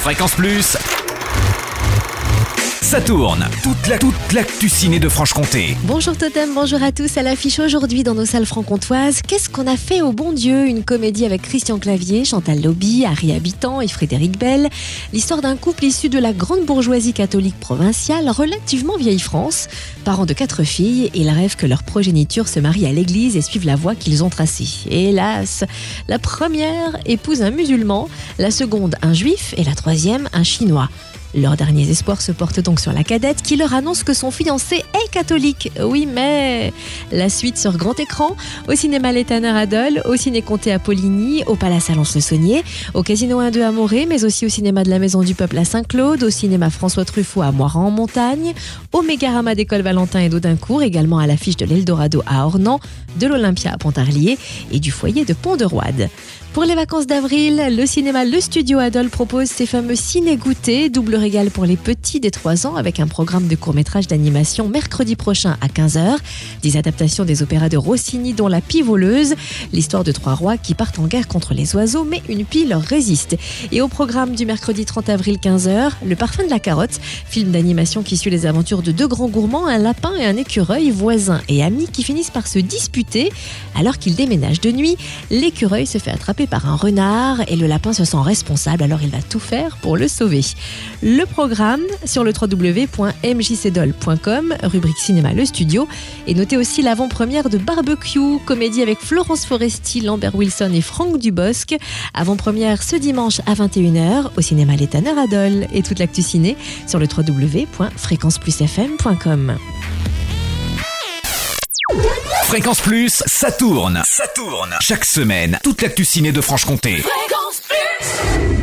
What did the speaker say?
Fréquence Plus, ça tourne. Toute l'actu ciné de Franche-Comté. Bonjour Totem, bonjour à tous. À l'affiche aujourd'hui dans nos salles franc-comtoises, Qu'est-ce qu'on a fait au bon Dieu ? Une comédie avec Christian Clavier, Chantal Lobby, Harry Habitant et Frédéric Bell. L'histoire d'un couple issu de la grande bourgeoisie catholique provinciale, relativement vieille France. Parents de 4 filles, ils rêvent que leur progéniture se marie à l'église et suivent la voie qu'ils ont tracée. Et hélas, la première épouse un musulman, la seconde un juif et la troisième un chinois. Leurs derniers espoirs se portent donc sur la cadette qui leur annonce que son fiancé est catholique. Oui, mais la suite sur grand écran, au cinéma Les Tanneurs à Dole, au ciné Comté à Poligny, au Palace à Lons-le-Saunier, au Casino 1-2 à Morée, mais aussi au cinéma de la Maison du Peuple à Saint-Claude, au cinéma François Truffaut à Moirans-en-Montagne, au Mégarama d'École Valentin et d'Audincourt, également à l'affiche de l'Eldorado à Ornans, de l'Olympia à Pontarlier et du foyer de Pont-de-Roide. Pour les vacances d'avril, le cinéma Le Studio à Dole propose ses fameux ciné-goûtés, double régal pour les petits des 3 ans avec un programme de court-métrage d'animation mercredi prochain à 15h, des adaptations des opéras de Rossini dont La Pie voleuse, l'histoire de 3 rois qui partent en guerre contre les oiseaux mais une pie leur résiste. Et au programme du mercredi 30 avril 15h, Le Parfum de la carotte, film d'animation qui suit les aventures de 2 grands gourmands, un lapin et un écureuil, voisins et amis qui finissent par se disputer alors qu'ils déménagent de nuit. L'écureuil se fait attraper par un renard et le lapin se sent responsable, alors il va tout faire pour le sauver. Le programme sur le www.mjcdol.com, rubrique cinéma Le Studio, et notez aussi l'avant-première de Barbecue, comédie avec Florence Foresti, Lambert Wilson et Franck Dubosc. Avant-première ce dimanche à 21h au cinéma Les Tanneurs à Dole, et toute l'actu ciné sur le www.fréquenceplusfm.com. Fréquence Plus, ça tourne. Chaque semaine, toute l'actu ciné de Franche-Comté. Fréquence Plus.